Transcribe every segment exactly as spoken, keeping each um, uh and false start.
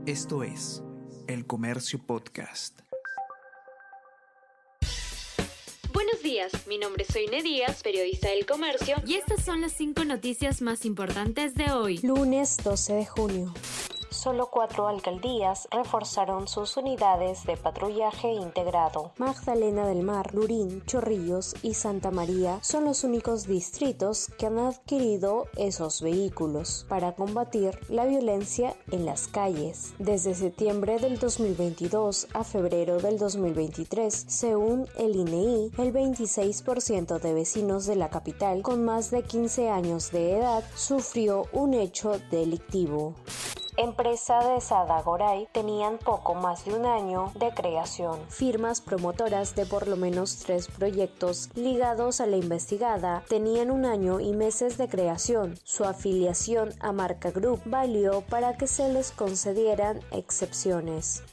Esto es El Comercio Podcast. Buenos días, mi nombre es Soine Díaz, periodista del Comercio, y estas son las cinco noticias más importantes de hoy. Lunes doce de junio. Solo cuatro alcaldías reforzaron sus unidades de patrullaje integrado. Magdalena del Mar, Lurín, Chorrillos y Santa María son los únicos distritos que han adquirido esos vehículos para combatir la violencia en las calles. Desde septiembre del dos mil veintidós a febrero del dos mil veintitrés, según el I N E I, el veintiséis por ciento de vecinos de la capital con más de quince años de edad sufrió un hecho delictivo. Empresa de Sada Goray tenían poco más de un año de creación. Firmas promotoras de por lo menos tres proyectos ligados a la investigada tenían un año y meses de creación. Su afiliación a Marca Group valió para que se les concedieran excepciones.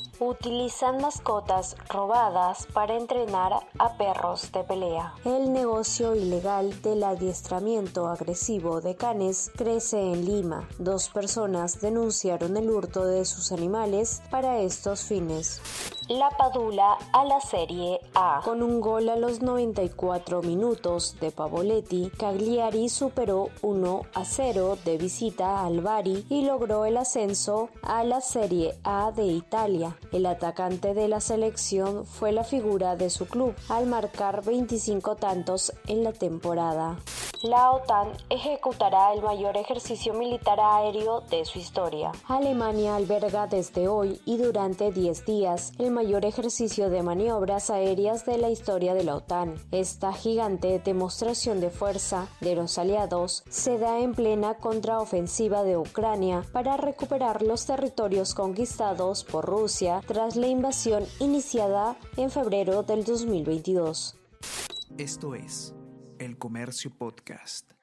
Utilizan mascotas robadas para entrenar a perros de pelea. El negocio ilegal del adiestramiento agresivo de canes crece en Lima. Dos personas denunciaron el hurto de sus animales para estos fines. La Padula a la Serie A. Con un gol a los noventa y cuatro minutos de Pavoletti, Cagliari superó uno a cero de visita al Bari y logró el ascenso a la Serie A de Italia. El atacante de la selección fue la figura de su club al marcar veinticinco tantos en la temporada. La OTAN ejecutará el mayor ejercicio militar aéreo de su historia. Alemania alberga desde hoy y durante diez días el mayor ejercicio de maniobras aéreas de la historia de la OTAN. Esta gigante demostración de fuerza de los aliados se da en plena contraofensiva de Ucrania para recuperar los territorios conquistados por Rusia tras la invasión iniciada en febrero del dos mil veintidós. Esto es El Comercio Podcast.